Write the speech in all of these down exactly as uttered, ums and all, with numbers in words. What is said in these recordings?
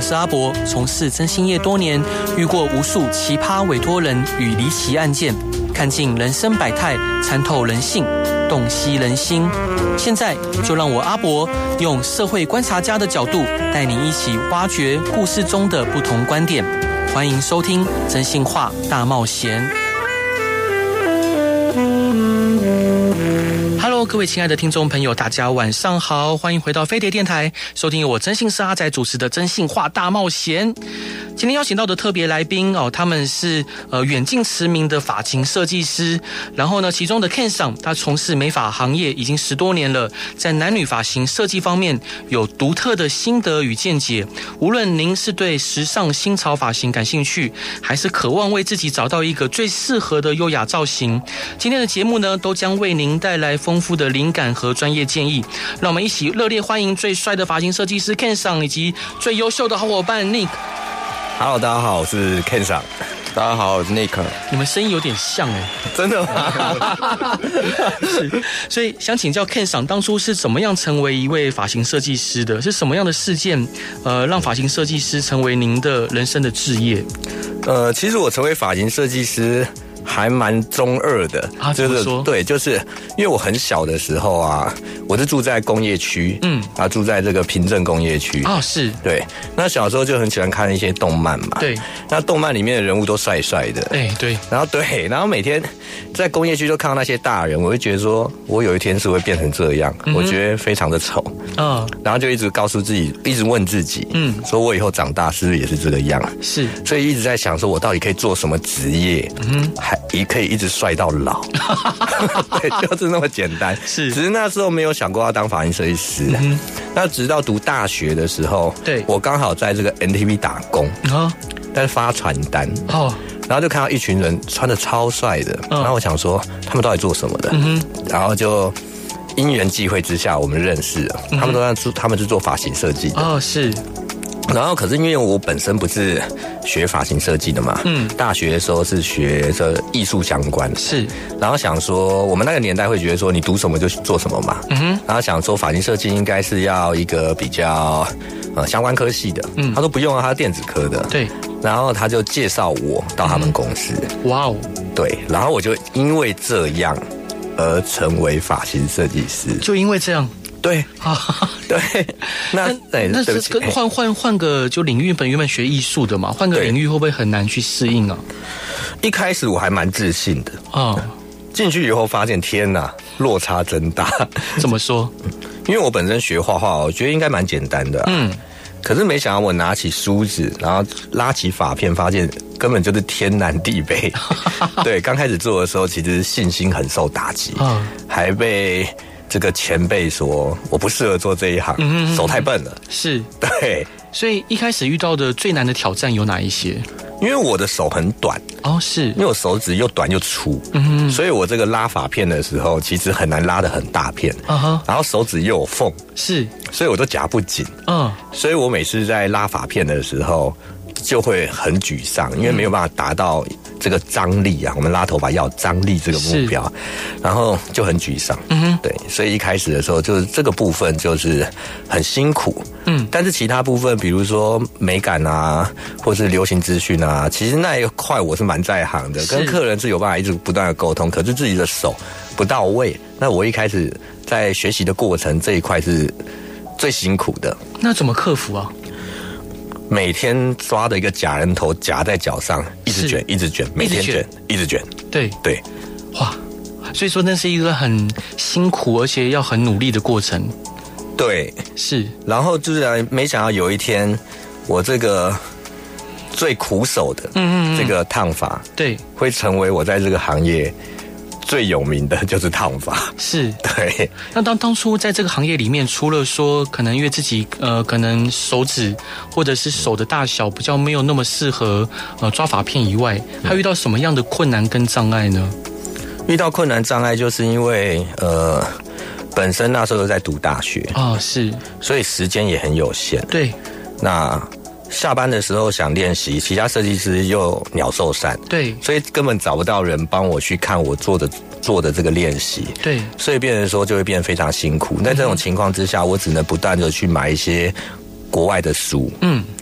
我是阿伯，从事征信业多年，遇过无数奇葩委托人与离奇案件，看尽人生百态，参透人性，洞悉人心。现在就让我阿伯用社会观察家的角度，带你一起挖掘故事中的不同观点。欢迎收听《真心话大冒险》。Hello， 各位亲爱的听众朋友，大家晚上好，欢迎回到飞碟电台，收听由我真心是阿仔主持的《真心话大冒险》。今天邀请到的特别来宾哦，他们是呃远近驰名的发型设计师。然后呢，其中的 Ken 桑，他从事美发行业已经十多年了，在男女发型设计方面有独特的心得与见解。无论您是对时尚新潮发型感兴趣，还是渴望为自己找到一个最适合的优雅造型，今天的节目呢，都将为您带来丰富的灵感和专业建议。让我们一起热烈欢迎最帅的发型设计师 Ken 桑，以及最优秀的好伙伴 Nick。Hello， 大家好，我是 Ken 桑。大家好，我是 Nick。 你们声音有点像哎， 真的吗？ 是，所以想请教 Ken 桑，当初是怎么样成为一位发型设计师的？是什么样的事件，呃，让发型设计师成为您的人生的志业？ 呃，其实我成为发型设计师还蛮中二的啊， 就是对，就是因为我很小的时候啊，我是住在工业区，嗯，啊，住在这个平镇工业区啊，是对。那小时候就很喜欢看一些动漫嘛， 对。 那动漫里面的人物都帅帅的， 哎，对。 然后对，然后每天在工业区就看到那些大人，我会觉得说，我有一天是会变成这样，嗯、我觉得非常的丑，嗯。然后就一直告诉自己，一直问自己，嗯，说我以后长大是不是也是这个样？ 是。 所以一直在想，说我到底可以做什么职业？嗯，还也可以一直帅到老，对，就是那么简单。 是， 只是那时候没有想过要当发型设计师。嗯，那直到读大学的时候，对，我刚好在这个 N T V 打工啊，但是发传单哦，然后就看到一群人穿得超帅的，嗯、然后我想说他们到底做什么的？嗯哼，然后就因缘际会之下我们认识了，嗯、他们都在做，他们是做发型设计的。 哦，是。 然后，可是因为我本身不是学发型设计的嘛，嗯，大学的时候是学这艺术相关， 是。然后想说，我们那个年代会觉得说，你读什么就做什么嘛，嗯哼。然后想说，发型设计应该是要一个比较呃相关科系的，嗯。他说不用啊，他是电子科的， 对。 然后他就介绍我到他们公司， 哇哦， 对。然后我就因为这样而成为发型设计师， 就因为这样。 对啊，对，那那那是跟换换换个就领域，本原本学艺术的嘛，换个领域会不会很难去适应啊？ 一开始我还蛮自信的啊，进去以后发现天哪，落差真大。 怎么说？ 因为我本身学画画，我觉得应该蛮简单的、啊，嗯，可是没想到我拿起梳子，然后拉起发片，发现根本就是天南地北。对，刚开始做的时候，其实信心很受打击，啊，还被这个前辈说我不适合做这一行，嗯、手太笨了。是，对。 所以一开始遇到的最难的挑战有哪一些？ 因为我的手很短哦，是因为我手指又短又粗，嗯，所以我这个拉发片的时候，其实很难拉得很大片，啊哈，然后手指又有缝， 是， 所以我都夹不紧，嗯，所以我每次在拉发片的时候就会很沮丧，因为没有办法达到这个张力啊，我们拉头发要有张力这个目标，然后就很沮丧，嗯哼，对，所以一开始的时候就是这个部分就是很辛苦，嗯，但是其他部分比如说美感啊，或是流行资讯啊，其实那一块我是蛮在行的，跟客人是有办法一直不断的沟通，可是自己的手不到位，那我一开始在学习的过程这一块是最辛苦的。 那怎么克服啊？ 每天抓的一个假人头夹在脚上，一直卷，一直卷，每天卷，一直卷。 对对， 哇！所以说那是一个很辛苦而且要很努力的过程。 对， 是。 然后就是没想到有一天，我这个最苦手的，嗯嗯，这个烫发，对，会成为我在这个行业最有名的就是烫发， 是， 对。 那当当初在这个行业里面，除了说可能因为自己呃可能手指或者是手的大小比较没有那么适合呃抓发片以外，还遇到什么样的困难跟障碍呢？ 遇到困难障碍就是因为呃本身那时候在读大学啊、哦，是， 所以时间也很有限。 对， 那下班的时候想练习，其他设计师又鸟兽散， 对， 所以根本找不到人帮我去看我做的做的这个练习， 对， 所以变成说就会变得非常辛苦。在这种情况之下，我只能不断的去买一些国外的书，嗯，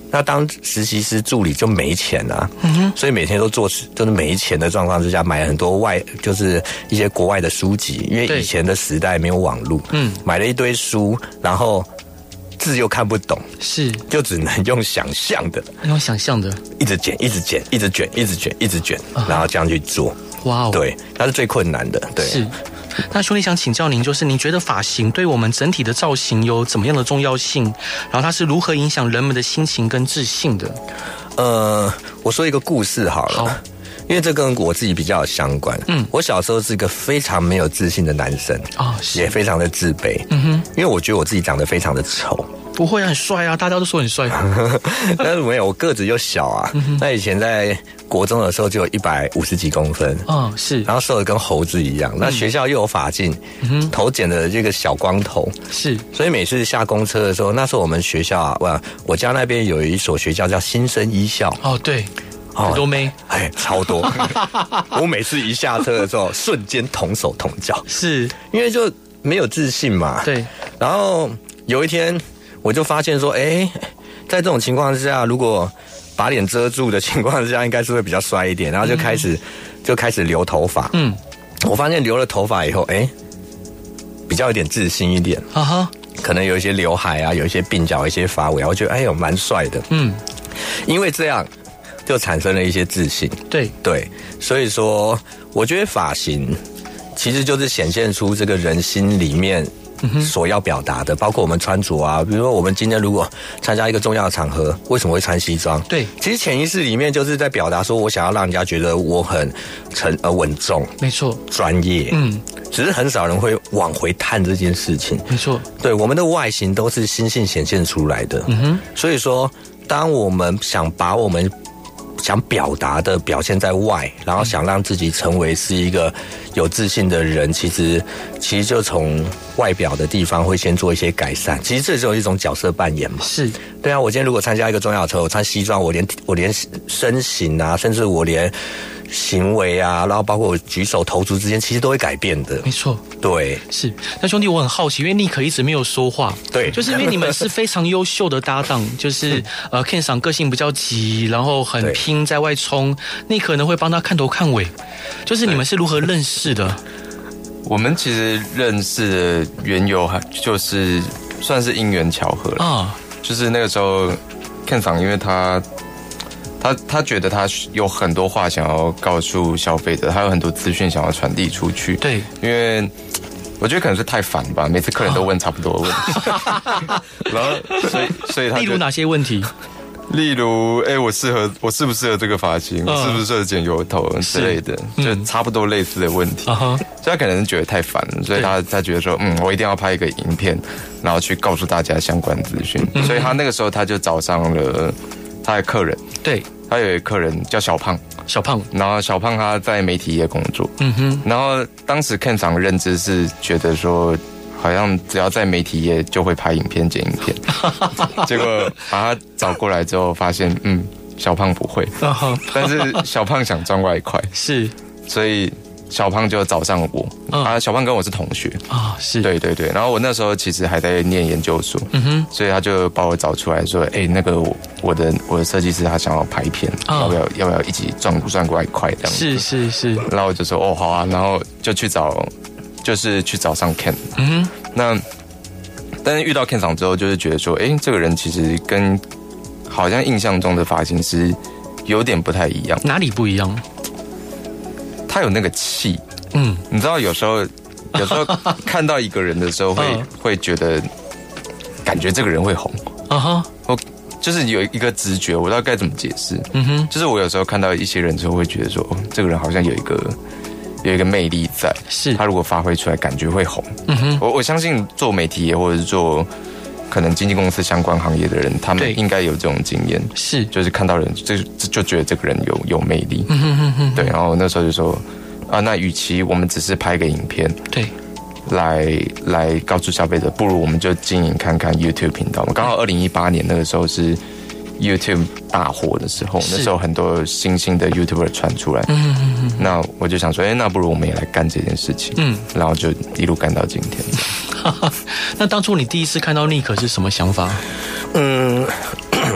那当实习师助理就没钱啊，嗯哼，所以每天都做就是没钱的状况之下，买了很多外就是一些国外的书籍，因为以前的时代没有网络，嗯，买了一堆书，然后字又看不懂， 是就只能用想象的， 用想象的， 一直剪，一直剪，一直卷，一直卷，一直卷，啊、然后这样去做。哇哦，对，那是最困难的，对。 是。那兄弟想请教您，就是您觉得发型对我们整体的造型有怎么样的重要性？然后它是如何影响人们的心情跟自信的？ 呃，我说一个故事好了，好，因为这跟我自己比较有相关。嗯，我小时候是一个非常没有自信的男生啊、哦，也非常的自卑。嗯哼，因为我觉得我自己长得非常的丑。 不会啊，很帅啊，大家都说很帅。 但是没有，我个子又小啊。嗯、那以前在国中的时候就有一百五十几公分， 嗯，是， 然后瘦的跟猴子一样。嗯、那学校又有发镜，嗯、头剪的这个小光头， 是， 所以每次下公车的时候，那时候我们学校啊，我我家那边有一所学校叫新生一校。 哦，对。很多妹， 哎，超多！我每次一下车的时候，瞬间同手同脚， 是因为就没有自信嘛。 对。 然后有一天，我就发现说，哎，在这种情况之下，如果把脸遮住的情况之下，应该是会比较帅一点。然后就开始、嗯、就开始留头发。嗯。我发现留了头发以后，哎，比较有点自信一点。啊哈。可能有一些刘海啊，有一些鬓角，一些发尾，我觉得哎呦蛮帅的。嗯。因为这样。就产生了一些自信， 对对，所以说，我觉得发型其实就是显现出这个人心里面所要表达的，嗯、包括我们穿着啊，比如说我们今天如果参加一个重要的场合，为什么会穿西装？ 对， 其实潜意识里面就是在表达说我想要让人家觉得我很沉呃稳重， 没错， 专业，嗯，只是很少人会往回探这件事情， 没错， 对，我们的外形都是心性显现出来的，嗯哼，所以说，当我们想把我们想表达的表现在外，然后想让自己成为是一个有自信的人，其实其实就从外表的地方会先做一些改善。其实这就是一种角色扮演嘛。 是， 对啊，我今天如果参加一个重要的场合，我穿西装，我连我连身形啊，甚至我连行为啊，然后包括我举手投足之间，其实都会改变的。 没错， 对， 是。那兄弟，我很好奇，因为尼克一直没有说话， 对， 就是因为你们是非常优秀的搭档，就是呃 Ken 桑个性比较急，然后很拼在外冲，尼克呢会帮他看头看尾，就是你们是如何认识的？ 我们其实认识的缘由就是算是因缘巧合了啊，就是那个时候 Ken 桑因为他。他他觉得他有很多话想要告诉消费者，他有很多资讯想要传递出去。 对， 因为我觉得可能是太烦吧，每次客人都问差不多的问题，然后所以所以他例如哪些问题？ 例如，哎、欸，我适合我适不适合这个发型？我、嗯、适不适合剪油头之类的，就差不多类似的问题。嗯、所以他可能是觉得太烦了，所以他他觉得说，嗯，我一定要拍一个影片，然后去告诉大家相关资讯。嗯、所以他那个时候他就找上了他的客人。 对， 他有一个客人叫小胖， 小胖， 然后小胖他在媒体业工作，嗯哼，然后当时 Ken 桑的认知是觉得说，好像只要在媒体业就会拍影片、剪影片，结果把他找过来之后，发现嗯，小胖不会，但是小胖想赚外快， 是， 所以小胖就找上我，嗯、啊，小胖跟我是同学啊，是对对对，然后我那时候其实还在念研究所，嗯哼，所以他就把我找出来说，哎、欸，那个我我的我的设计师他想要拍片，啊、要不要要不要一起赚赚外快这样子？ 是是是， 然后我就说哦好啊，然后就去找，就是去找上 Ken， 嗯哼，那但是遇到 Ken 桑之后，就是觉得说，哎、欸，这个人其实跟好像印象中的发型师有点不太一样， 哪里不一样？ 他有那个气，嗯，你知道有时候，有时候看到一个人的时候会，会、uh. 会觉得，感觉这个人会红，啊哈，我就是有一个直觉，我不知道该怎么解释，嗯哼，就是我有时候看到一些人之后会觉得说，哦，这个人好像有一个有一个魅力在， 是他如果发挥出来，感觉会红，嗯哼，我我相信做媒体业或者是做可能经纪公司相关行业的人，他们应该有这种经验， 是， 就是看到人就就觉得这个人有有魅力，嗯哼哼哼，对，然后那时候就说啊，那与其我们只是拍个影片， 对， 来来告诉消费者，不如我们就经营看看 YouTube 频道嘛。刚好二零一八年那个时候是 YouTube 大火的时候，那时候很多新兴的 YouTuber 传出来，嗯嗯嗯，那我就想说，哎、欸，那不如我们也来干这件事情，嗯，然后就一路干到今天。 那当初你第一次看到 Nick 是什么想法？ 嗯，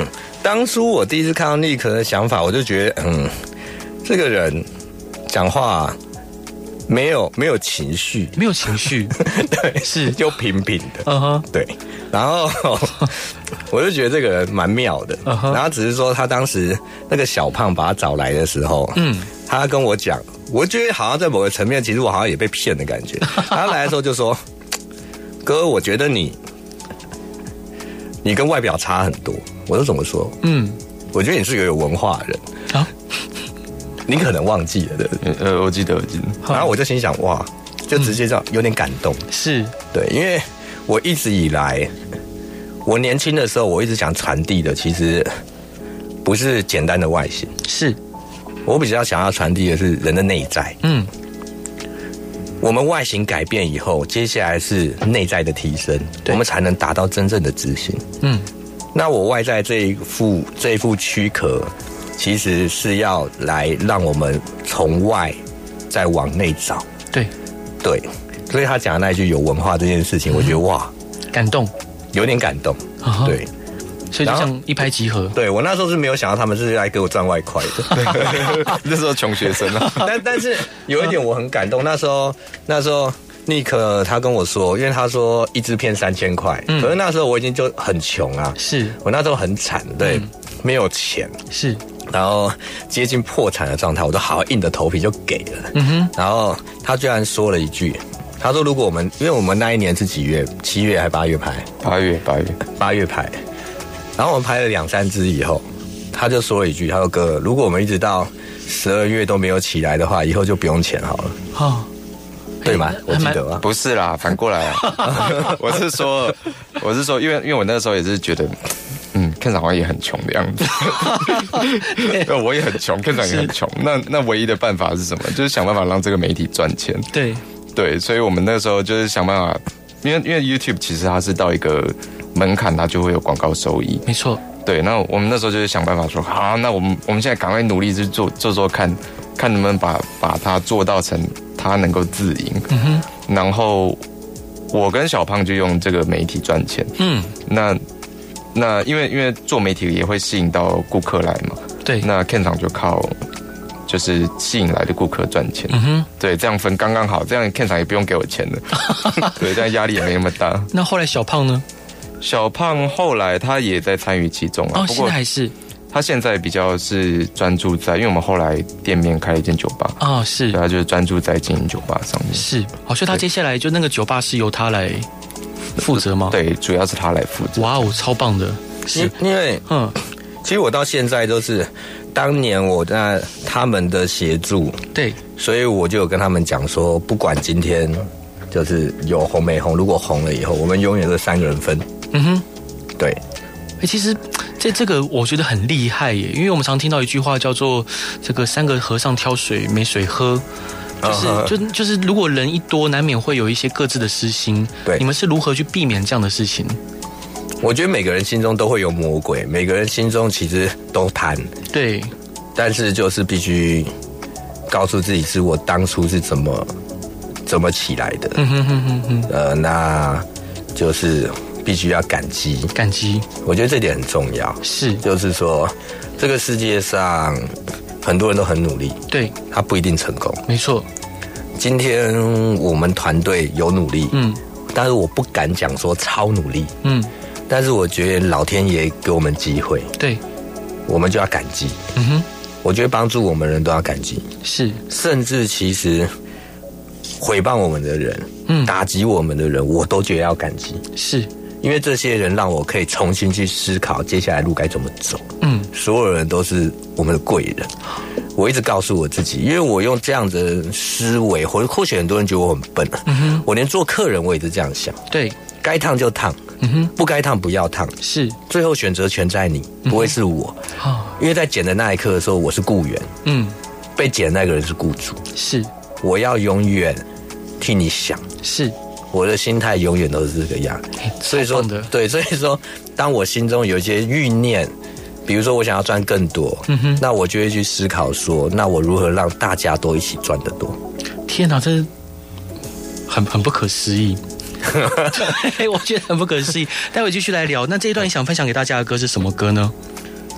当初我第一次看到Nick的想法，我就觉得，嗯，这个人讲话没有没有情绪， 没有情绪， 对， 是就平平的， 嗯哼， 对。然后我就觉得这个人蛮妙的， uh-huh. 然后只是说他当时那个小胖把他找来的时候，嗯，他跟我讲，我觉得好像在某个层面，其实我好像也被骗的感觉。他来的时候就说：“哥，我觉得你你跟外表差很多。”我说怎么说？嗯，我觉得你是个有文化的人啊，你可能忘记了，对不对？ 呃，我记得，我记得。 然后我就心想，哇，就直接这样，有点感动。 是对，因为我一直以来，我年轻的时候，我一直想传递的，其实不是简单的外形， 是我比较想要传递的是人的内在。嗯，我们外形改变以后，接下来是内在的提升，我们才能达到真正的自信。嗯，那我外在这一副这一副躯壳，其实是要来让我们从外再往内找。 对， 对。所以他讲的那一句有文化这件事情，我觉得哇， 感动， 有点感动，uh-huh. 对， 所以就像一拍即合。 对，我那时候是没有想到他们是来给我赚外快的， 那时候穷学生啊。 但但是有一点我很感动，那时候那时候Nick他跟我说，因为他说一支片三千块，可是那时候我已经就很穷啊， 是我那时候很惨，对，嗯、没有钱， 是。 然后接近破产的状态，我都好硬着头皮就给了。嗯哼，然后他居然说了一句。他说：“如果我们，因为我们那一年是几月？七月还八月拍？ 八月，八月， 八月拍。然后我们拍了两三支以后，他就说了一句：他说哥，如果我们一直到十二月都没有起来的话，以后就不用钱好了。哦，对吗？我记得吗？ 不是啦，反过来啊。我是说，我是说，因为因为我那时候也是觉得，嗯，Ken长好像也很穷的样子。我也很穷，Ken长也很穷。那那唯一的办法是什么？就是想办法让这个媒体赚钱。 对。” 对，所以我们那时候就是想办法，因为因为 YouTube 其实它是到一个门槛，它就会有广告收益。 没错。 对，那我们那时候就是想办法说，好，那我们我们现在赶快努力去做做做看，看能不能把把它做到成它能够自营。嗯哼。然后我跟小胖就用这个媒体赚钱。嗯。那那因为因为做媒体也会吸引到顾客来嘛。 对。 那 Ken 长就靠。就是吸引来的顾客赚钱，嗯哼，对，这样分刚刚好，这样Ken长也不用给我钱了，对，这样压力也没那么大。 那后来小胖呢？ 小胖后来他也在参与其中啊， 哦，现在还是他现在比较是专注在，因为我们后来店面开了一间酒吧啊、哦，是， 对，他就是专注在经营酒吧上面。 是，好，所以他接下来就那个酒吧是由他来负责吗？ 对，主要是他来负责。 哇哦，超棒的， 是因为嗯，其实我到现在都是。当年我在他们的协助， 对， 所以我就有跟他们讲说，不管今天就是有红没红，如果红了以后，我们永远是三个人分。嗯哼，对。 哎、欸，其实这这个我觉得很厉害耶，因为我们常听到一句话叫做“这个三个和尚挑水没水喝”，就是、uh-huh. 就就是如果人一多，难免会有一些各自的私心。 对， 你们是如何去避免这样的事情？ 我觉得每个人心中都会有魔鬼，每个人心中其实都贪。 对， 但是就是必须告诉自己，是我当初是怎么怎么起来的。嗯哼哼哼哼。呃，那就是必须要感激， 感激。 我觉得这点很重要。 是， 就是说，这个世界上很多人都很努力， 对， 他不一定成功。 没错。 今天我们团队有努力，嗯，但是我不敢讲说超努力，嗯。但是我觉得老天爷给我们机会， 对， 我们就要感激。嗯哼，我觉得帮助我们的人都要感激， 是， 甚至其实诽谤我们的人，嗯，打击我们的人，我都觉得要感激， 是因为这些人让我可以重新去思考接下来路该怎么走。嗯，所有人都是我们的贵人。我一直告诉我自己，因为我用这样的思维，或或许很多人觉得我很笨啊，嗯哼，我连做客人我也是这样想， 对， 该烫就烫。嗯哼，不该烫不要烫， 是最后选择权在你，不会是我。哦、嗯，因为在剪的那一刻的时候，我是雇员，嗯，被剪的那个人是雇主， 是我要永远替你想， 是我的心态永远都是这个样。所以说，对，所以说，当我心中有一些欲念，比如说我想要赚更多，嗯哼，那我就会去思考说，那我如何让大家都一起赚得多？ 天哪，这很很不可思议。对，我觉得很不可思议。待会继续来聊。那这一段你想分享给大家的歌是什么歌呢？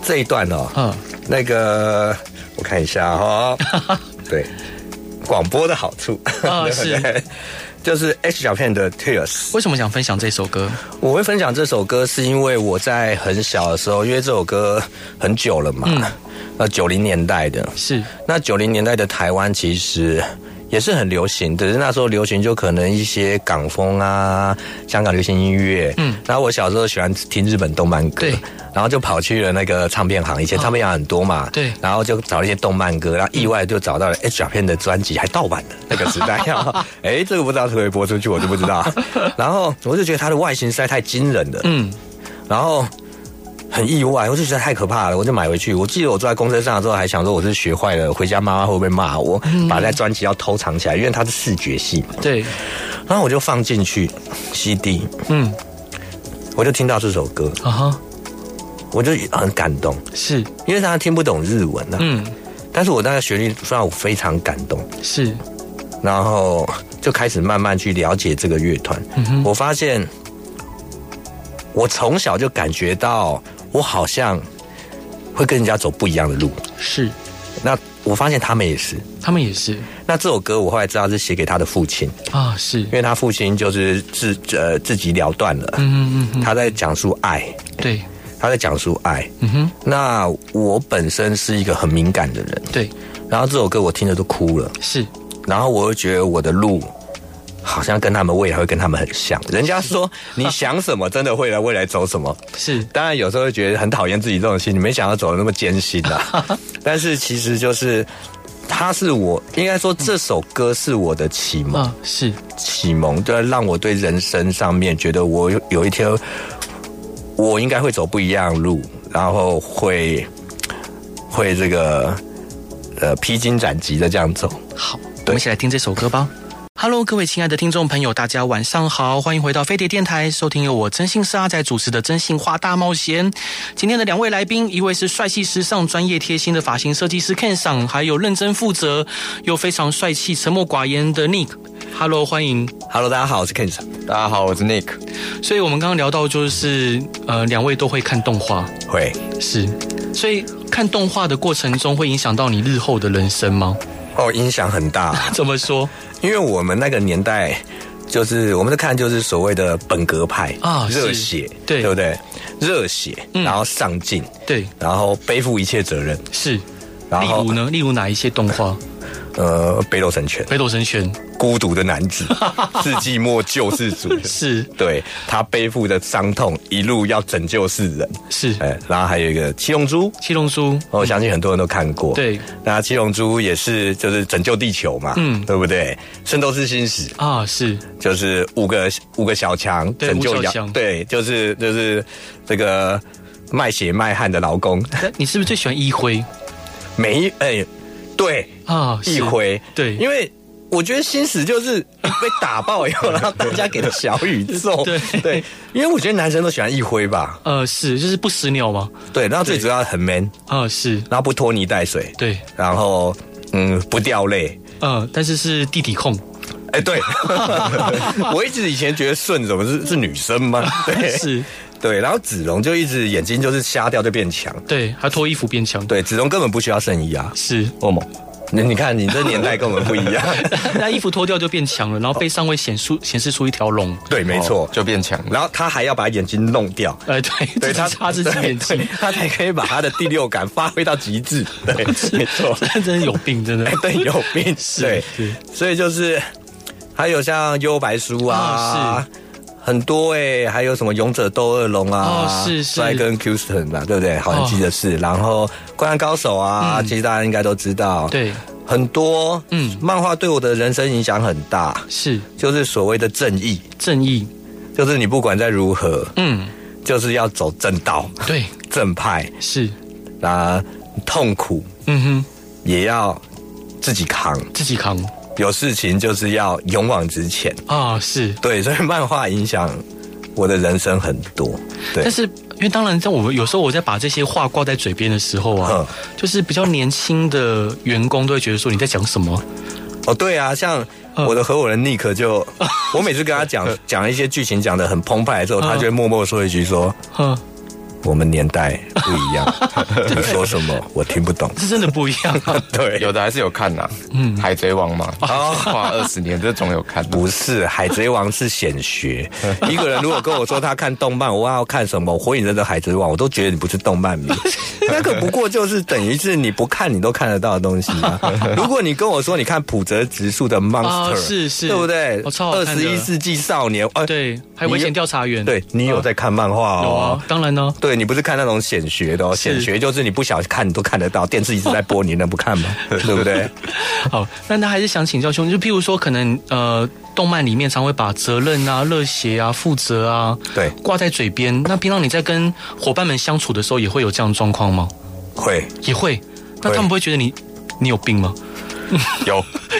这一段哦，嗯，那个我看一下哈、哦，对，广播的好处啊、哦、是，就是 H 小片的 Tears。 为什么想分享这首歌？ 我会分享这首歌，是因为我在很小的时候，因为这首歌很久了嘛，嗯、呃，九零年代的， 是那九零年代的台湾其实也是很流行，只是那时候流行就可能一些港风啊，香港流行音乐。嗯，然后我小时候喜欢听日本动漫歌，对，然后就跑去了那个唱片行，以前唱片行很多嘛，对、哦，然后就找了一些动漫歌，然后意外就找到了 H 小片的专辑，还盗版的那个时代。哎，这个不知道可不可以播出去，我就不知道。然后我就觉得它的外形实在太惊人了，嗯，然后很意外，我就觉得太可怕了，我就买回去。我记得我坐在公车上的时候，还想说我是学坏了，回家妈妈会不会骂我？嗯、把那专辑要偷藏起来，因为它是视觉系嘛。对。然后我就放进去 C D， 嗯，我就听到这首歌，啊哈，我就很感动，是因为他听不懂日文啊，嗯，但是我那个旋律让我非常感动，是，然后就开始慢慢去了解这个乐团，嗯、我发现我从小就感觉到。我好像会跟人家走不一样的路，是。那我发现他们也是， 他们也是。 那这首歌我后来知道是写给他的父亲啊，是因为他父亲就是自呃自己了断了，嗯嗯嗯，他在讲述爱，对，他在讲述爱，嗯哼。那我本身是一个很敏感的人，对，然后这首歌我听着都哭了，是。然后我又觉得我的路。好像跟他们未来会跟他们很像。人家说你想什么，真的会来未来走什么。是，当然有时候会觉得很讨厌自己这种心，你没想到走得那么艰辛啊。但是其实就是，他是我应该说这首歌是我的启蒙，嗯、是启蒙，就让我对人生上面觉得我有有一天我应该会走不一样的路，然后会会这个呃披荆斩棘的这样走。 好，我们一起来听这首歌吧。Hello， 各位亲爱的听众朋友，大家晚上好，欢迎回到飞碟电台，收听由我真心是阿仔主持的真心话大冒险。今天的两位来宾，一位是帅气时尚、专业贴心的发型设计师 Ken 桑，还有认真负责又非常帅气、沉默寡言的 Nick。Hello， 欢迎。 Hello， 大家好，我是 Ken 桑。 大家好，我是 Nick。 所以我们刚刚聊到，就是呃，两位都会看动画， 会是，所以看动画的过程中，会影响到你日后的人生吗？ 哦，影响很大。 怎么说？ 因为我们那个年代，就是我们在看就是所谓的本格派啊，热血，对对不对？热血，嗯、然后上进，对，然后背负一切责任，是。 然后例如呢？例如哪一些动画？ 呃，北斗神拳， 北斗神拳， 孤独的男子，世纪末救世主，是对他背负的伤痛，一路要拯救世人，是。哎，然后还有一个七龙珠， 七龙珠， 我相信很多人都看过。对，那七龙珠也是就是拯救地球嘛，嗯，对不对？圣斗士星矢啊，是，就是五个五个小强拯救阳，对，就是就是这个卖血卖汗的劳工。 你是不是最喜欢一辉？ 没，哎。对啊，一辉对，因为我觉得星矢就是被打爆以后，然后大家给的小宇宙，对对，因为我觉得男生都喜欢一辉吧， 呃，是就是不死鸟吗？ 对，然后最主要很 man 啊、呃，是，然后不拖泥带水，对，然后嗯不掉泪， 呃，但是是弟弟控。 哎，对，我一直以前觉得顺怎么是是女生吗？对，是。对，然后子龙就一直眼睛就是瞎掉就变强， 对，他脱衣服变强， 对，子龙根本不需要圣衣啊，是，哦猛，你你看你这年代根本不一样， 那衣服脱掉就变强了，然后背上会显出显示出一条龙， 对，没错， 哦、就变强， 然后他还要把眼睛弄掉， 呃，对，对他擦自己眼睛， 他才可以把他的第六感发挥到极致，对，没错， 真的有病，真的， 对，有病，对，所以就是还有像幽白书啊。哦是很多哎、欸，还有什么勇者斗恶龙啊，哦是是，再跟 Houston 啊，对不对？好像记得是，哦、然后灌篮高手啊，嗯、其实大家应该都知道，对，很多，嗯，漫画对我的人生影响很大，是，就是所谓的正义， 正义， 就是你不管再如何，嗯，就是要走正道，对，正派是，啊，痛苦，嗯哼，也要自己扛， 自己扛。 有事情就是要勇往直前啊、哦，是对，所以漫画影响我的人生很多。对， 但是因为当然，在我们有时候我在把这些话挂在嘴边的时候啊，嗯、就是比较年轻的员工都会觉得说你在讲什么？ 哦，对啊，像我的合伙人 Nick 就，嗯、我每次跟他讲讲一些剧情讲得很澎湃的时候，嗯、他就会默默说一句说，嗯。 我们年代不一样，你说什么我听不懂， 是真的不一样啊。 对，有的还是有看呐，嗯，海贼王嘛，花二十年这总有看。 不是，海贼王是显学。一个人如果跟我说他看动漫，我要看什么火影忍者、海贼王，我都觉得你不是动漫迷。那个不过就是等于是你不看你都看得到的东西啊。如果你跟我说你看浦泽直树的 Monster，、哦、 是是， 对不对？二十一世纪少年， 呃、对，还有危险调查员， 对你有在看漫画哦？ 有啊，当然呢。 对，你不是看那种显学的哦，显学就是你不想看你都看得到，电视一直在播，你能不看吗？对不对？ 好，那他还是想请教兄，就譬如说，可能呃，动漫里面常会把责任啊、热血啊、负责啊， 对， 挂在嘴边。那平常你在跟伙伴们相处的时候，也会有这样的状况吗？ 会， 也会。那他们不会觉得你你有病吗？ 有，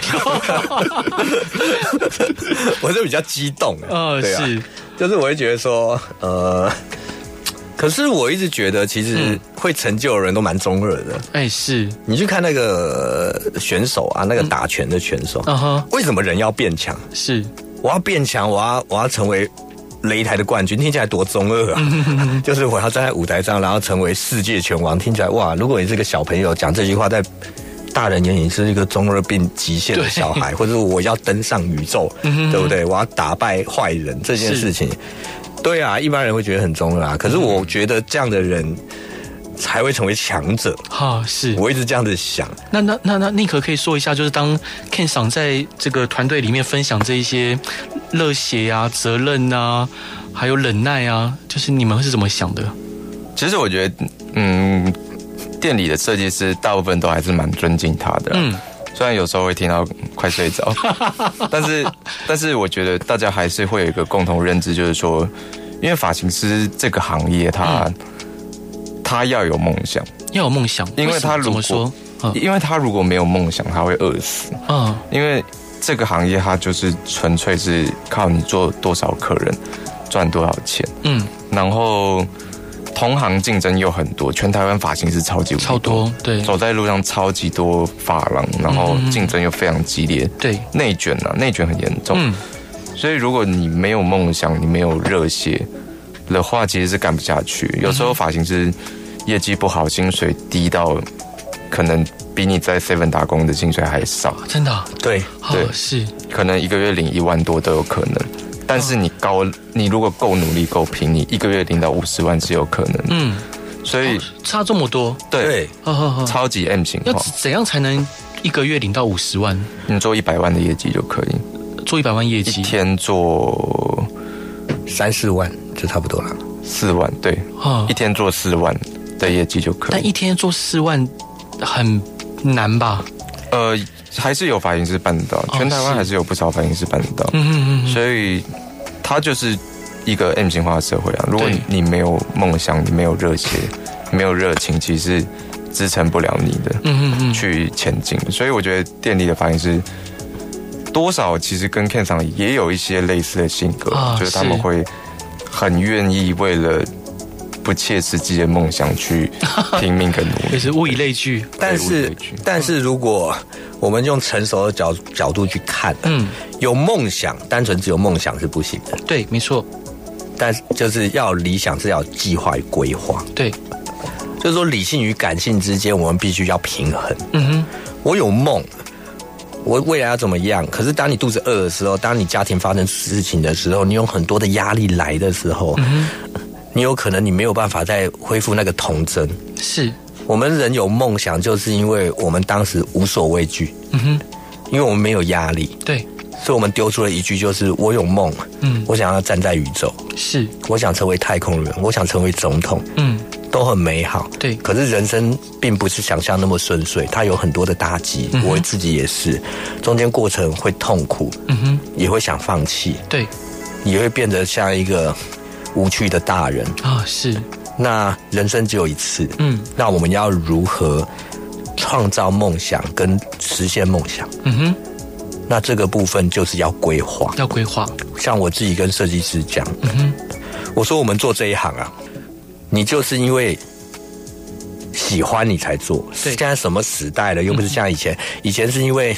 我是比较激动的， 呃， 对啊， 是， 就是我会觉得说，呃。可是我一直觉得，其实会成就的人都蛮中二的。 哎、嗯，是你去看那个选手啊，那个打拳的选手，嗯哼，为什么人要变强？ 是我要变强，我要我要成为擂台的冠军，听起来多中二啊！嗯、就是我要站在舞台上，然后成为世界拳王，听起来哇！如果你是个小朋友讲这句话，在大人眼里是一个中二病极限的小孩，或者我要登上宇宙，嗯、对不对？我要打败坏人这件事情。对啊，一般人会觉得很中二啊，可是我觉得这样的人才会成为强者。 哈、嗯，是， 我一直这样子想。 那那那那，尼克可以说一下，就是当 Ken 桑在这个团队里面分享这一些热血啊、责任啊，还有忍耐啊，就是你们是怎么想的？ 其实我觉得，嗯，店里的设计师大部分都还是蛮尊敬他的。嗯。虽然有时候会听到快睡着，但是但是我觉得大家还是会有一个共同认知，就是说，因为发型师这个行业他，他、嗯、他要有梦想， 要有梦想， 因为他如果说，嗯、因为他如果没有梦想，他会饿死。嗯，因为这个行业它就是纯粹是靠你做多少客人赚多少钱。嗯，然后。同行竞争又很多，全台湾发型师超级超多，对， 走在路上超级多发廊，然后竞争又非常激烈， 对， 内卷啊，内卷很严重，嗯，所以如果你没有梦想，你没有热血的话，其实是干不下去。有时候发型师业绩不好，薪水低到可能比你在 seven 打工的薪水还少， 真的， 对对、 哦、是， 可能一个月领一万多都有可能。但是你高，你如果够努力、够拼，你一个月领到五十万是有可能的。嗯，所以、哦、 差这么多， 对，呵呵呵超级 M 型化。 要怎样才能一个月领到五十万？ 你做一百万的业绩就可以， 做一百万业绩， 一天做三四万就差不多了。 四万，对，哦、一天做四万的业绩就可以。 但一天做四万很难吧？ 呃。还是有发型师办得到，全台湾还是有不少发型师办得到，嗯嗯嗯，所以它就是一个 M 型化的社会啊。如果你没有梦想，你没有热血，没有热情，其实支撑不了你的，嗯嗯嗯，去前进。所以我觉得店里的发型师多少其实跟 Ken 桑也有一些类似的性格，啊、就是他们会很愿意为了不切实际的梦想去拼命跟努力， 也是物以类聚。 但是，但是如果我们用成熟的角角度去看，嗯，有梦想，单纯只有梦想是不行的。 对，没错。 但就是要理想，是要计划与规划。 对， 就是说理性与感性之间，我们必须要平衡。嗯哼，我有梦，我未来要怎么样？可是当你肚子饿的时候，当你家庭发生事情的时候，你有很多的压力来的时候，嗯哼，你有可能你没有办法再恢复那个童真。 是。 我们人有梦想，就是因为我们当时无所畏惧，嗯哼，因为我们没有压力， 对， 所以我们丢出了一句，就是我有梦，嗯，我想要站在宇宙， 是， 我想成为太空人，我想成为总统，嗯，都很美好， 对。 可是人生并不是想象那么顺遂，它有很多的打击，嗯、我自己也是，中间过程会痛苦，嗯哼，也会想放弃， 对， 也会变得像一个无趣的大人啊、哦，是。 那人生只有一次，嗯，那我们要如何创造梦想跟实现梦想？嗯哼，那这个部分就是要规划， 要规划。 像我自己跟设计师讲，嗯哼，我说我们做这一行啊，你就是因为喜欢你才做。现在什么时代了，又不是像以前，嗯、以前是因为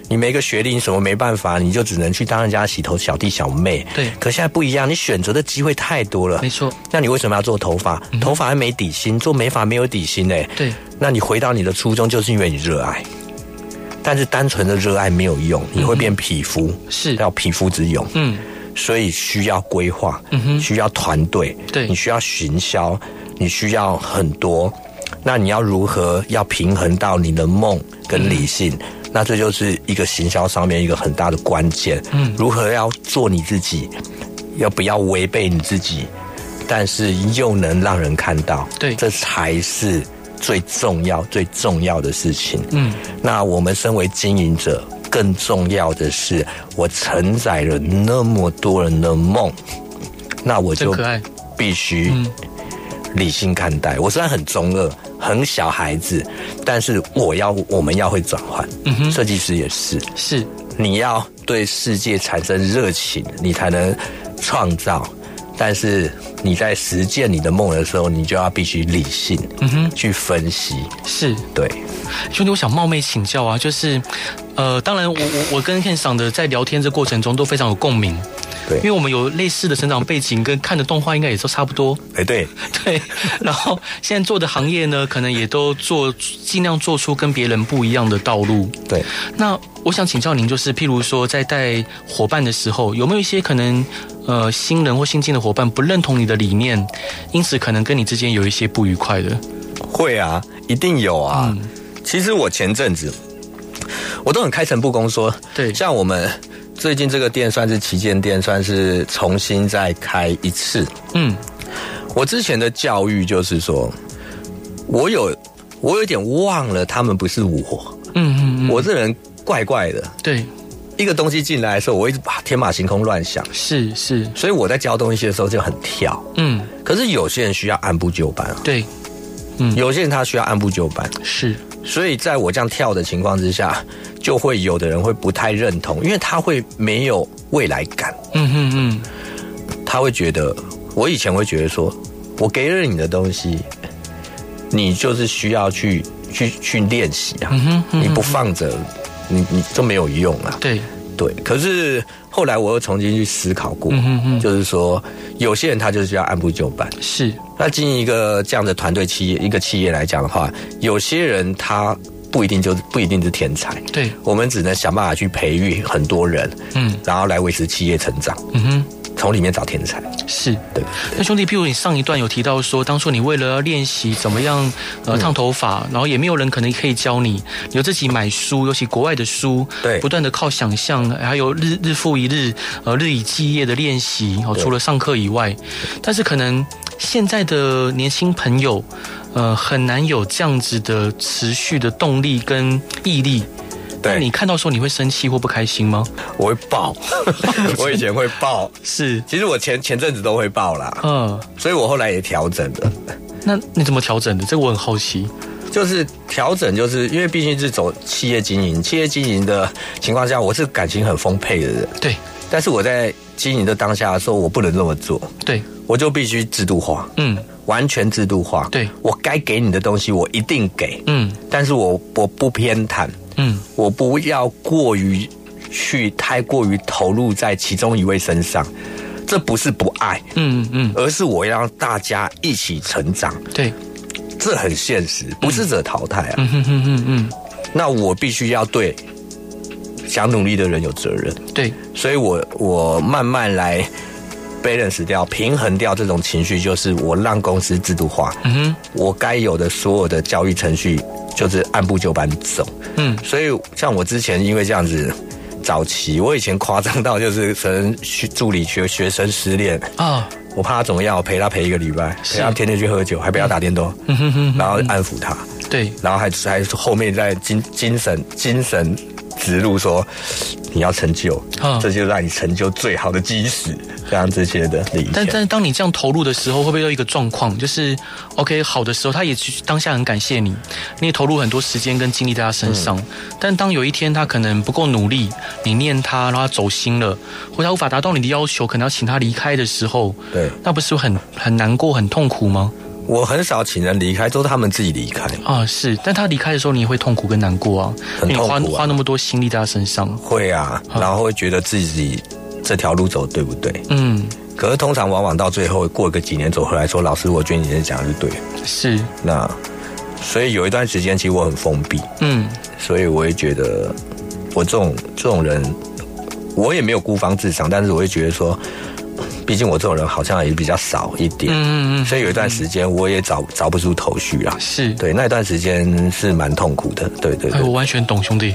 你没个学历，你什么没办法，你就只能去当人家洗头小弟小妹。 对， 可现在不一样，你选择的机会太多了。 没错。 那你为什么要做头发？嗯、头发还没底薪，做美发没有底薪嘞。 对。 那你回到你的初衷，就是因为你热爱。但是单纯的热爱没有用，你会变匹夫， 嗯、是要匹夫之勇。嗯。所以需要规划，嗯哼，需要团队， 对， 你需要行销，你需要很多。那你要如何要平衡到你的梦跟理性？嗯、那这就是一个行销上面一个很大的关键。嗯，如何要做你自己，要不要违背你自己，但是又能让人看到， 对， 这才是最重要最重要的事情。嗯，那我们身为经营者，更重要的是，我承载了那么多人的梦，那我就必须理性看待。我虽然很中二，很小孩子，但是我要我们要会转换。嗯哼，设计师也是， 是你要对世界产生热情，你才能创造。但是你在实践你的梦的时候，你就要必须理性，嗯哼，去分析。 是， 对， 兄弟，我想冒昧请教啊，就是，呃，当然我我我跟Ken桑的在聊天这过程中都非常有共鸣。 对， 因为我们有类似的成长背景，跟看的动画应该也都差不多。 哎、欸，对对。然后现在做的行业呢，可能也都做尽量做出跟别人不一样的道路。 对。 那我想请教您，就是譬如说在带伙伴的时候，有没有一些可能呃新人或新进的伙伴不认同你的理念，因此可能跟你之间有一些不愉快的？ 会啊，一定有啊。嗯、其实我前阵子我都很开诚布公说， 对， 像我们。最近这个店算是旗舰店，算是重新再开一次。嗯，我之前的教育就是说，我有我有点忘了他们不是我。嗯嗯嗯，我这人怪怪的。 对， 一个东西进来的时候，我一直天马行空乱想。 是是， 所以我在教东西的时候就很跳。嗯，可是有些人需要按部就班。 对，嗯， 有些人他需要按部就班。 是， 所以在我这样跳的情况之下。就会有的人会不太认同，因为他会没有未来感。嗯嗯嗯，他会觉得，我以前会觉得说，我给了你的东西，你就是需要去去去练习啊。嗯哼嗯哼，你不放着，你你就没有用啊。 对对，可是后来我又重新去思考过，嗯哼嗯，就是说，有些人他就是要按部就班。 是， 那经营一个这样的团队企业，一个企业来讲的话，有些人他。不一定就是不一定是天才， 对， 我们只能想办法去培育很多人，嗯，然后来维持企业成长，嗯哼，从里面找天才， 是， 对。 那兄弟，譬如你上一段有提到说，当初你为了要练习怎么样呃烫头发，然后也没有人可能可以教你，你就自己买书，尤其国外的书， 对， 不断的靠想象，还有日日复一日，呃，日以继夜的练习，哦，除了上课以外，但是可能现在的年轻朋友。呃，很难有这样子的持续的动力跟毅力。对，你看到时候你会生气或不开心吗？ 我会爆，我以前会爆， 是， 其实我前前阵子都会爆啦，嗯，所以我后来也调整了。 那你怎么调整的？这个我很好奇。 就是调整，就是因为毕竟是走企业经营，企业经营的情况下，我是感情很丰沛的人， 对。 但是我在经营的当下的时候，我不能这么做， 对， 我就必须制度化，嗯。完全制度化， 对， 我该给你的东西我一定给，嗯，但是我我不偏袒，嗯，我不要过于去太过于投入在其中一位身上，这不是不爱，嗯嗯，而是我要让大家一起成长， 对， 这很现实，不是者淘汰啊， 嗯哼哼哼嗯， 那我必须要对想努力的人有责任， 对， 所以我我慢慢来。balance 掉平衡掉这种情绪，就是我让公司制度化，嗯哼，我该有的所有的教育程序就是按部就班走，嗯，所以像我之前因为这样子，早期我以前夸张到就是可能助理学学生失恋啊，我怕他怎么样，我陪他陪一个礼拜，陪他天天去喝酒，还陪他打电动，嗯哼哼，然后安抚他， 对， 然后还还后面在精精神精神植入说。你要成就，嗯、这就让你成就最好的基石，这样这些的理解。 但但是当你这样投入的时候，会不会有一个状况，就是 OK 好的时候，他也当下很感谢你，你也投入很多时间跟精力在他身上。嗯、但当有一天他可能不够努力，你念他，然后他走心了，或他无法达到你的要求，可能要请他离开的时候， 对， 那不是很很难过、很痛苦吗？ 我很少请人离开，都是他们自己离开啊。是，但他离开的时候，你也会痛苦跟难过啊， 很痛苦、啊， 你花花那么多心力在他身上， 会啊，然后会觉得自己这条路走对不对？嗯。可是通常往往到最后过个几年走回来说，老师，我觉得你在讲的是对的。 是。 那所以有一段时间，其实我很封闭。嗯。所以我也觉得，我这种这种人，我也没有孤芳自赏，但是我会觉得说。毕竟我这种人好像也比较少一点，嗯嗯，所以有一段时间我也找找不出头绪啦。 是， 对，那一段时间是蛮痛苦的，对对对。 哎，我完全懂，兄弟。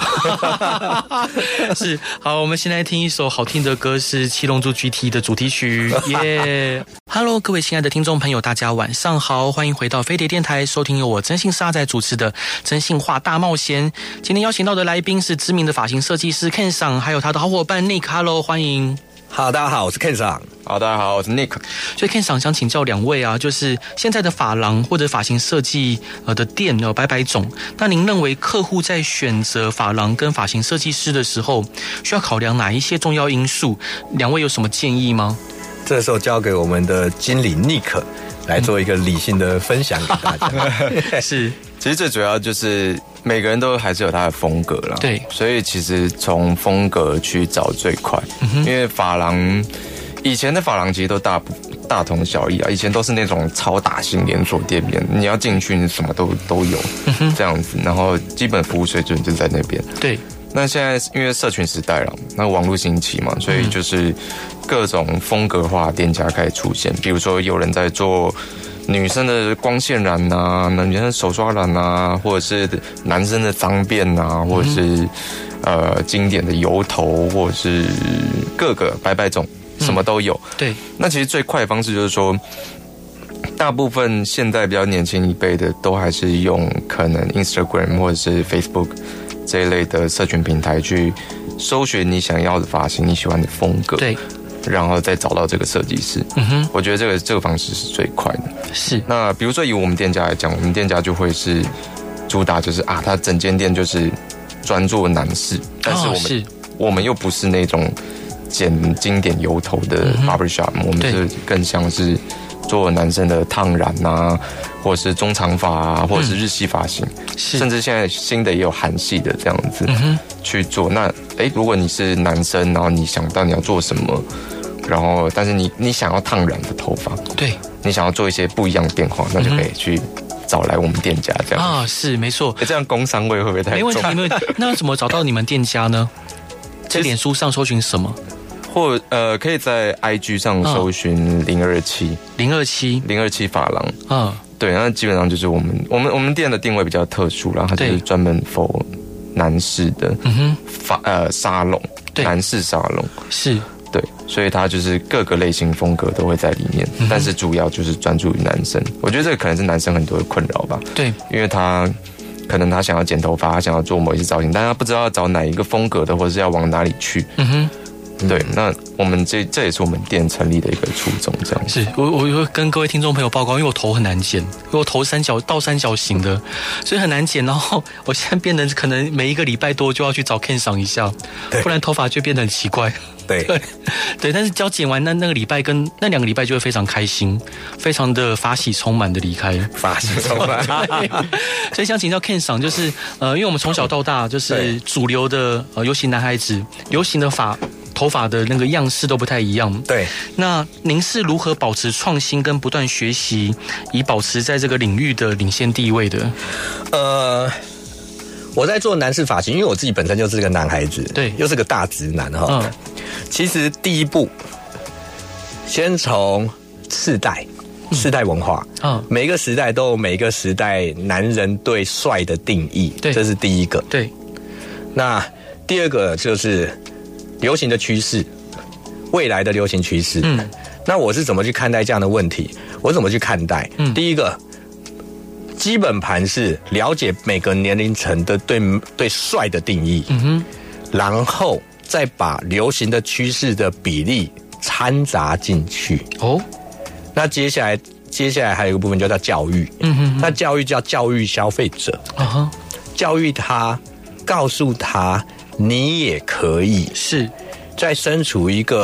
是，好，我们现在听一首好听的歌，是《七龙珠 G T》的主题曲，耶、yeah ！Hello， 各位亲爱的听众朋友，大家晚上好，欢迎回到飞碟电台，收听由我真心是阿仔主持的《真心话大冒险》。今天邀请到的来宾是知名的发型设计师 Ken 桑，还有他的好伙伴 Nick。Hello， 欢迎。 好，大家好，我是 Ken 桑。 好，大家好，我是 Nick。 所以 Ken 桑想请教两位啊，就是现在的发廊或者发型设计呃的店有百百种，那您认为客户在选择发廊跟发型设计师的时候，需要考量哪一些重要因素？两位有什么建议吗？ 这时候交给我们的经理 Nick 来做一个理性的分享给大家。 是， 其实最主要就是每个人都还是有他的风格啦， 对， 所以其实从风格去找最快，嗯、因为发廊以前的发廊其实都大大同小异啊，以前都是那种超大型连锁店面，你要进去你什么都都有、嗯、这样子，然后基本服务水准就在那边。 对， 那现在因为社群时代了，那网络兴起嘛，所以就是各种风格化的店家开始出现，比如说有人在做女生的光线染啊，女生的手刷染啊，或者是男生的脏辫啊，或者是、嗯、呃经典的油头，或者是各个百百种，什么都有、嗯。 对， 那其实最快的方式就是说，大部分现在比较年轻一辈的都还是用可能 Instagram 或者是 Facebook 这一类的社群平台去搜寻你想要的发型、你喜欢的风格。 对。 然后再找到这个设计师，嗯哼，我觉得这个这个方式是最快的。 是， 那比如说以我们店家来讲，我们店家就会是主打就是啊，他整间店就是专做男士，但是我们、哦、是我们又不是那种剪经典油头的 barbershop，、嗯、我们是更像是做男生的烫染啊，或者是中长发啊，或者是日系发型，嗯、甚至现在新的也有韩系的这样子、嗯、去做。那哎，如果你是男生，然后你想到你要做什么，然后但是你你想要烫染的头发， 对， 你想要做一些不一样的变化，那就可以去找来我们店家这样啊，是没错。 这样工商位会不会太重？ 没问题，没问题。那怎么找到你们店家呢？在脸书上搜寻什么？ 或呃，可以在 I G 上搜寻零二七零二七零二七发廊啊， 对，那基本上就是我们我们我们店的定位比较特殊啦，它就是专门 for 男士的发呃沙龙，男士沙龙是。 对，所以它就是各个类型风格都会在里面，嗯、但是主要就是专注于男生。我觉得这个可能是男生很多的困扰吧。 对， 因为他可能他想要剪头发，他想要做某一些造型，但他不知道要找哪一个风格的，或者是要往哪里去。嗯哼。对，那我们这这也是我们店成立的一个初衷，这样是我我会跟各位听众朋友报告，因为我头很难剪，因为我头三角倒三角形的，所以很难剪。然后我现在变得可能每一个礼拜多就要去找 Ken 赏一下，不然头发就变得很奇怪。 对对对，但是只要剪完那那个礼拜跟那两个礼拜就会非常开心，非常的法喜充满的离开， 法喜充满。 所以想请教 Ken 赏，就是呃，因为我们从小到大就是主流的呃，尤其男孩子流行的发。头发的那个样式都不太一样， 对。 那您是如何保持创新跟不断学习，以保持在这个领域的领先地位的？ 呃，我在做男士发型，因为我自己本身就是个男孩子， 对， 又是个大直男哈。嗯。其实第一步，先从世代、世代文化，嗯，每一个时代都有每一个时代男人对帅的定义， 对， 这是第一个。 对。 那第二个就是流行的趋势，未来的流行趋势。嗯，那我是怎么去看待这样的问题？我怎么去看待？嗯，第一个基本盘是了解每个年龄层的对对帅的定义，嗯哼，然后再把流行的趋势的比例掺杂进去。哦，那接下来接下来还有一个部分就叫教育，嗯哼，那教育叫教育消费者，啊哈，教育他，告诉他。你也可以是在身处一个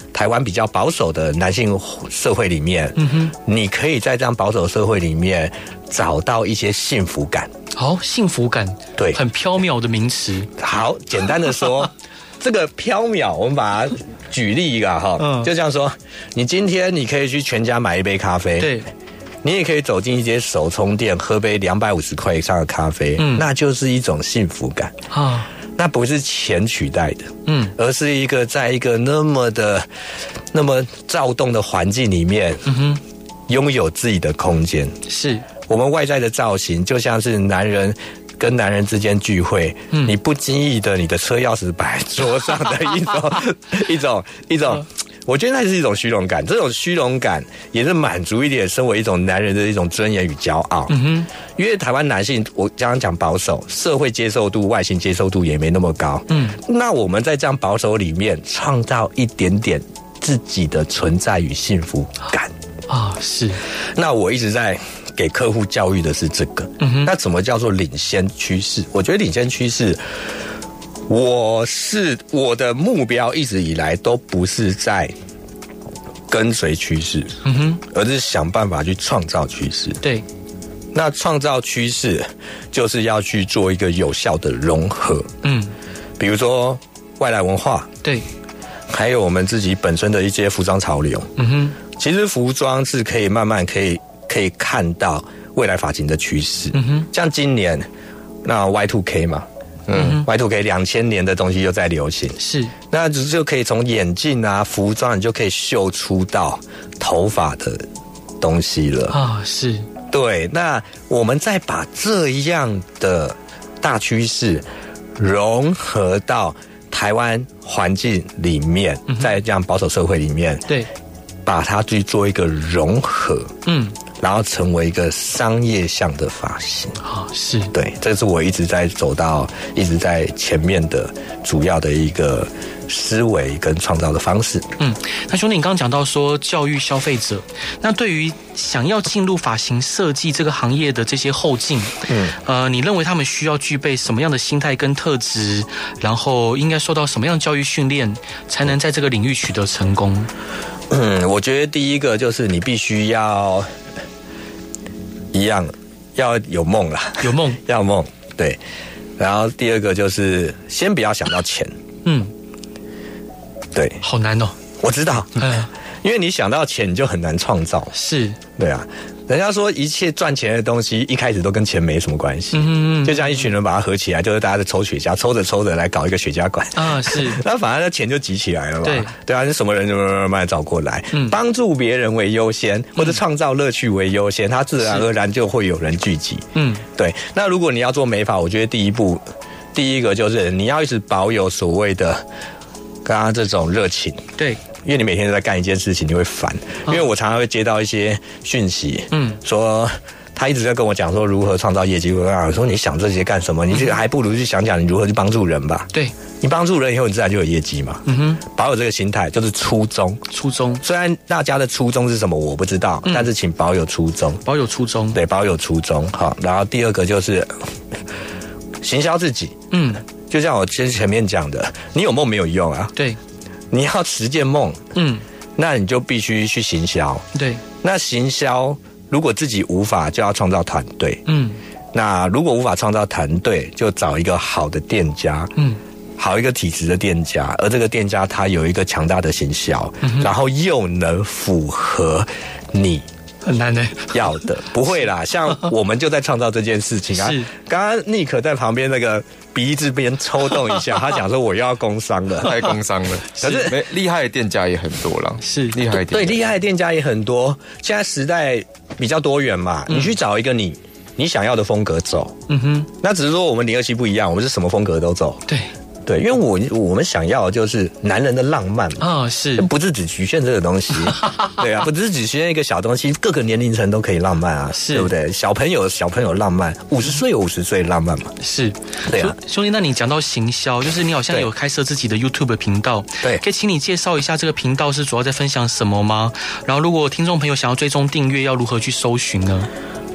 台湾比较保守的男性社会里面，嗯哼，你可以在这样保守社会里面找到一些幸福感。 好，幸福感， 对， 很缥缈的名词。 好，简单的说，这个缥缈，我们把它举例一个哈，嗯，就这样说，你今天你可以去全家买一杯咖啡， 对。 你也可以走进一间手冲店，喝杯两百五十块以上的咖啡，嗯，那就是一种幸福感啊。那不是钱取代的，嗯，而是一个在一个那么的、那么躁动的环境里面，嗯哼，拥有自己的空间。是我们外在的造型，就像是男人跟男人之间聚会，嗯，你不经意的，你的车钥匙摆桌上的一种、一种、一种。我觉得那是一种虚荣感，这种虚荣感也是满足一点身为一种男人的一种尊严与骄傲。嗯哼，因为台湾男性，我刚刚讲保守，社会接受度、外形接受度也没那么高。嗯，那我们在这样保守里面创造一点点自己的存在与幸福感啊，是。 那我一直在给客户教育的是这个。嗯哼，那怎么叫做领先趋势？我觉得领先趋势。我是我的目标一直以来都不是在跟随趋势，嗯哼，而是想办法去创造趋势。 对， 那创造趋势就是要去做一个有效的融合，嗯，比如说外来文化， 对， 还有我们自己本身的一些服装潮流，嗯哼，其实服装是可以慢慢可以可以看到未来发型的趋势，嗯哼，像今年那 Y 二 K 嘛。嗯 ，Y 二 K 两千年的东西又在流行， 是， 那就可以从眼镜啊、服装，你就可以秀出到头发的东西了啊，是， 对。那我们再把这样的大趋势融合到台湾环境里面，嗯、在这样保守社会里面， 对， 把它去做一个融合，嗯。然后成为一个商业向的发型啊，是对，这是我一直在走到一直在前面的主要的一个思维跟创造的方式。 嗯，那兄弟，你刚刚讲到说教育消费者，那对于想要进入发型设计这个行业的这些后进，嗯，呃，你认为他们需要具备什么样的心态跟特质？然后应该受到什么样的教育训练，才能在这个领域取得成功？ 嗯，我觉得第一个就是你必须要。一样要有梦啦， 有梦要有梦，对。然后第二个就是先不要想到钱，嗯，对， 好难哦， 我知道，嗯，因为你想到钱，你就很难创造， 是， 对啊。人家说一切赚钱的东西一开始都跟钱没什么关系，嗯嗯，就像一群人把它合起来，就是大家在抽雪茄，抽着抽着来搞一个雪茄馆啊，是， 那反而那钱就集起来了嘛， 对对啊，你什么人就慢慢找过来，嗯，帮助别人为优先，或者创造乐趣为优先，它自然而然就会有人聚集，嗯，对。那如果你要做美发，我觉得第一步，第一个就是你要一直保有所谓的刚刚这种热情， 对。 因为你每天都在干一件事情，你会烦。因为我常常会接到一些讯息，嗯，说他一直在跟我讲说如何创造业绩。我说你想这些干什么？你这个还不如去想讲你如何去帮助人吧。 对， 你帮助人以后，你自然就有业绩嘛。嗯哼，保有这个心态就是初衷。 初衷， 虽然大家的初衷是什么我不知道，嗯、但是请保有初衷。 保有初衷， 对，保有初衷。好，然后第二个就是行销自己。嗯，就像我先前面讲的，你有梦没有用啊。 对。 你要实践梦，嗯，那你就必须去行销。 对， 那行销如果自己无法，就要创造团队。嗯，那如果无法创造团队，就找一个好的店家，嗯，好一个体质的店家，而这个店家他有一个强大的行销，嗯、然后又能符合你。 很难呢， 要的不会啦。像我们就在创造这件事情啊。是，刚刚尼克在旁边那个鼻子边抽动一下，他讲说我又要工商了， 太工商了。可是没厉害的店家也很多啦， 是厉害的店家对厉害的店家也很多。现在时代比较多元嘛，嗯、你去找一个你你想要的风格走。嗯哼，那只是说我们零二七不一样，我们是什么风格都走。 对。 对，因为我我们想要的就是男人的浪漫嘛， 啊、哦、是， 不是只局限这个东西，对啊，不只是只局限一个小东西，各个年龄层都可以浪漫啊，是，对不对？小朋友小朋友浪漫，五十岁有五十岁浪漫嘛， 是， 对啊。 兄弟，那你讲到行销，就是你好像有开设自己的 YouTube 频道， 对， 可以请你介绍一下这个频道是主要在分享什么吗？然后如果听众朋友想要追踪订阅，要如何去搜寻呢？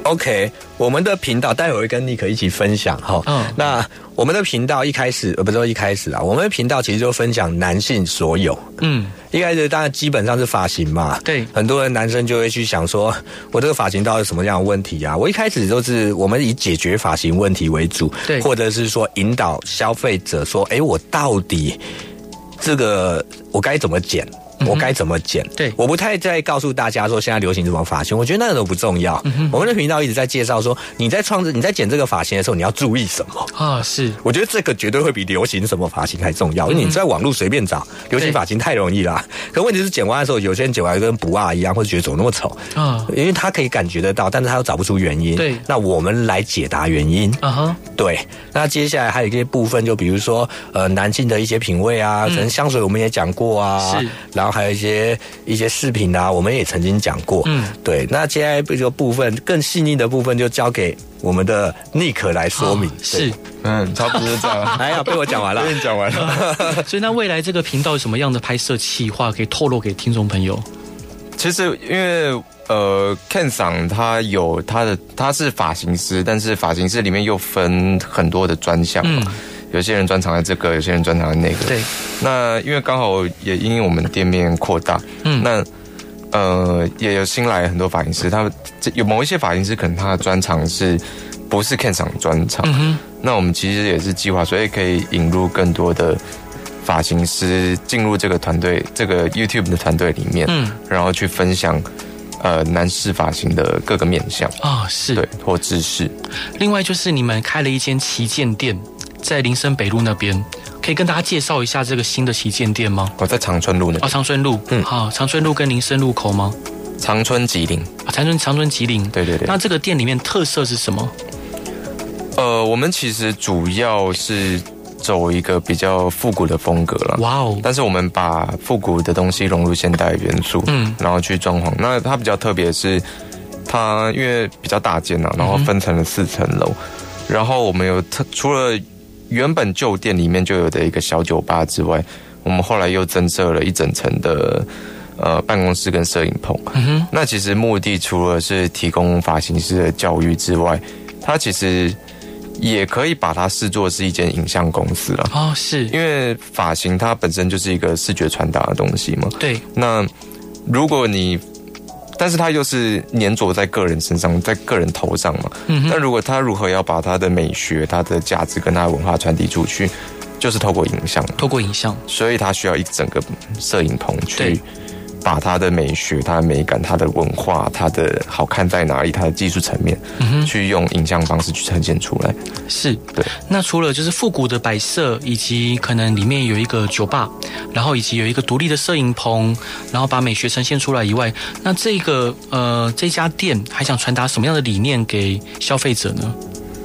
OK， 我们的频道待会会跟 Nick 一起分享哈。嗯，那我们的频道一开始呃不是说一开始啊，我们的频道其实就分享男性所有。嗯，一开始当然基本上是发型嘛。 对， 很多人男生就会去想说，我这个发型到底什么样的问题啊？我一开始都是我们以解决发型问题为主，对，或者是说引导消费者说，哎，我到底这个我该怎么剪？我该怎么剪？对，我不太在告诉大家说现在流行什么发型，我觉得那个都不重要。嗯、我们的频道一直在介绍说，你在创制、你在剪这个发型的时候，你要注意什么啊？是，我觉得这个绝对会比流行什么发型还重要，因为你在网络随便找流行发型太容易啦。可问题是剪完的时候，有些人剪完跟不二一样，或者觉得怎么那么丑啊？因为他可以感觉得到，但是他又找不出原因。对，那我们来解答原因。啊哈，对。那接下来还有一些部分，就比如说呃，男性的一些品味啊，可能香水我们也讲过啊，是，然后还有一些一些饰品啊，我们也曾经讲过。嗯，对。那接下来这个部分更细腻的部分，就交给我们的 Nick 来说明。是， 嗯，差不多是这样。 哎呀，被我讲完了， 被你讲完了。 所以那未来这个频道有什么样的拍摄企划可以透露给听众朋友？ 其实因为呃 Ken 桑他有他的他是发型师，但是发型师里面又分很多的专项嘛。嗯，有些人专长在这个，有些人专长在那个。对。那因为刚好也因为我们店面扩大，嗯，那呃也有新来很多发型师，他们有某一些发型师可能他的专长是不是 Ken 桑专长？嗯，那我们其实也是计划，所以可以引入更多的发型师进入这个团队，这个 YouTube 的团队里面，嗯，然后去分享呃男士发型的各个面向啊，是对或知识。 另外就是你们开了一间旗舰店，在林森北路那边，可以跟大家介绍一下这个新的旗舰店吗？ 我在长春路那边。 哦，长春路，嗯，好，长春路跟林森路口吗？ 长春吉林啊，长春长春吉林， 对对对。 那这个店里面特色是什么？ 呃，我们其实主要是走一个比较复古的风格了，哇哦！但是我们把复古的东西融入现代元素，嗯，然后去装潢。那它比较特别的是，它因为比较大间啊，然后分成了四层楼，然后我们有特除了原本旧店里面就有的一个小酒吧之外，我们后来又增设了一整层的呃办公室跟摄影棚。嗯哼，那其实目的除了是提供发型师的教育之外，它其实也可以把它视作是一间影像公司了。哦，是因为发型它本身就是一个视觉传达的东西嘛。对。那如果你，但是它又是粘着在个人身上，在个人头上嘛。嗯哼。那如果他如何要把它的美学、它的价值跟它的文化传递出去，就是透过影像。 透过影像。所以它需要一整个摄影棚去把它的美学、它的美感、它的文化、它的好看在哪里、它的技术层面，嗯哼，去用影像方式去呈现出来。是，对。 那除了就是复古的摆设，以及可能里面有一个酒吧，然后以及有一个独立的摄影棚，然后把美学呈现出来以外，那这个呃这家店还想传达什么样的理念给消费者呢？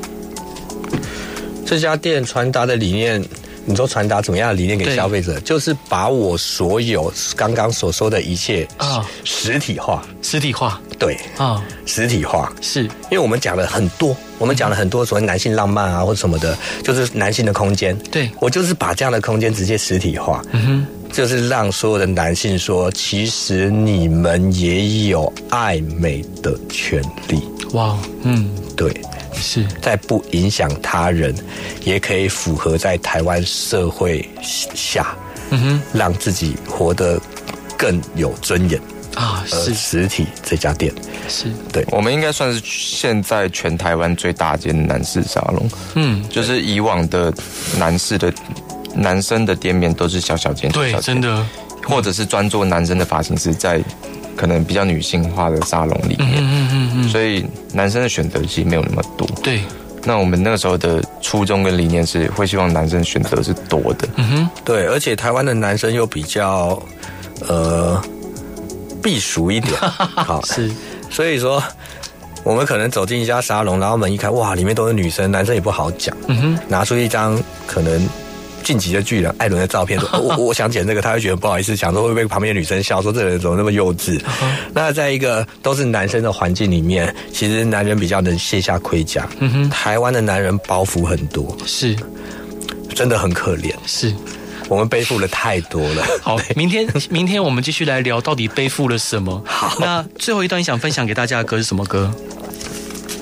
这家店传达的理念。你说传达怎么样的理念给消费者？就是把我所有刚刚所说的一切啊实体化， 实体化， 对啊，实体化是，因为我们讲了很多，我们讲了很多所谓男性浪漫啊或者什么的，就是男性的空间。对，我就是把这样的空间直接实体化，嗯哼，就是让所有的男性说，其实你们也有爱美的权利。哇，嗯，对。是在不影响他人，也可以符合在台湾社会下，嗯哼，让自己活得更有尊严啊！是实体这家店是对， 我们应该算是现在全台湾最大间的男士沙龙。嗯，就是以往的男士的男生的店面都是小小间， 对，真的， 或者是专做男生的发型师在。可能比较女性化的沙龙里面，嗯嗯嗯嗯，所以男生的选择其实没有那么多。对，那我们那个时候的初衷跟理念是会希望男生选择是多的。 嗯哼，对，而且台湾的男生又比较呃避俗一点，好是，所以说我们可能走进一家沙龙，然后门一开，哇，里面都是女生，男生也不好讲。嗯哼，拿出一张可能。晋级的巨人艾伦的照片，我我想剪这个，他会觉得不好意思，想说会不会旁边的女生笑，说这个人怎么那么幼稚？ Uh-huh. 那在一个都是男生的环境里面，其实男人比较能卸下盔甲。嗯哼，台湾的男人包袱很多，是，真的很可怜。是，我们背负了太多了。 好，明天明天我们继续来聊到底背负了什么。好，那最后一段你想分享给大家的歌是什么歌？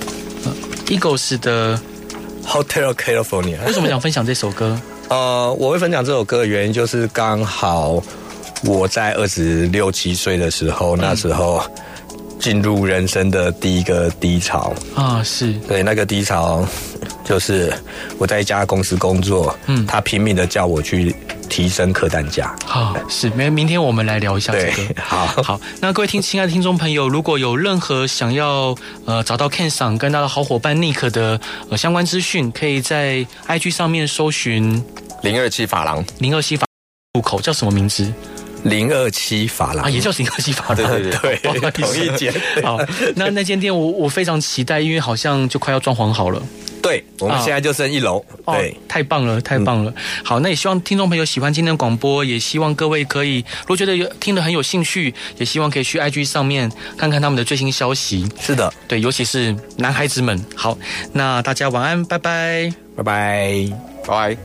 Eagles 的 Hotel California。 为什么想分享这首歌？ 呃，我会分享这首歌的原因就是刚好我在二十六七岁的时候，嗯、那时候进入人生的第一个低潮啊，是对那个低潮，就是我在一家公司工作，嗯，他拼命的叫我去提升客单价。 好，是明明天我们来聊一下这个。 好好，那各位听亲爱的听众朋友，如果有任何想要呃找到 Ken 桑跟他的好伙伴 Nick 的呃相关资讯，可以在 I G 上面搜寻零二七发廊， 零二七发路口叫什么名字？ 零二七发廊啊，也叫零二七发廊， 对对对，对同一间。 好，那那间店我我非常期待，因为好像就快要装潢好了。 对，我们现在就剩一楼。 哦、 对、 哦，太棒了，太棒了。嗯、好，那也希望听众朋友喜欢今天的广播，也希望各位可以，如果觉得有听得很有兴趣，也希望可以去 I G 上面看看他们的最新消息。 是的， 对，尤其是男孩子们。好，那大家晚安，拜拜， 拜拜， 拜拜。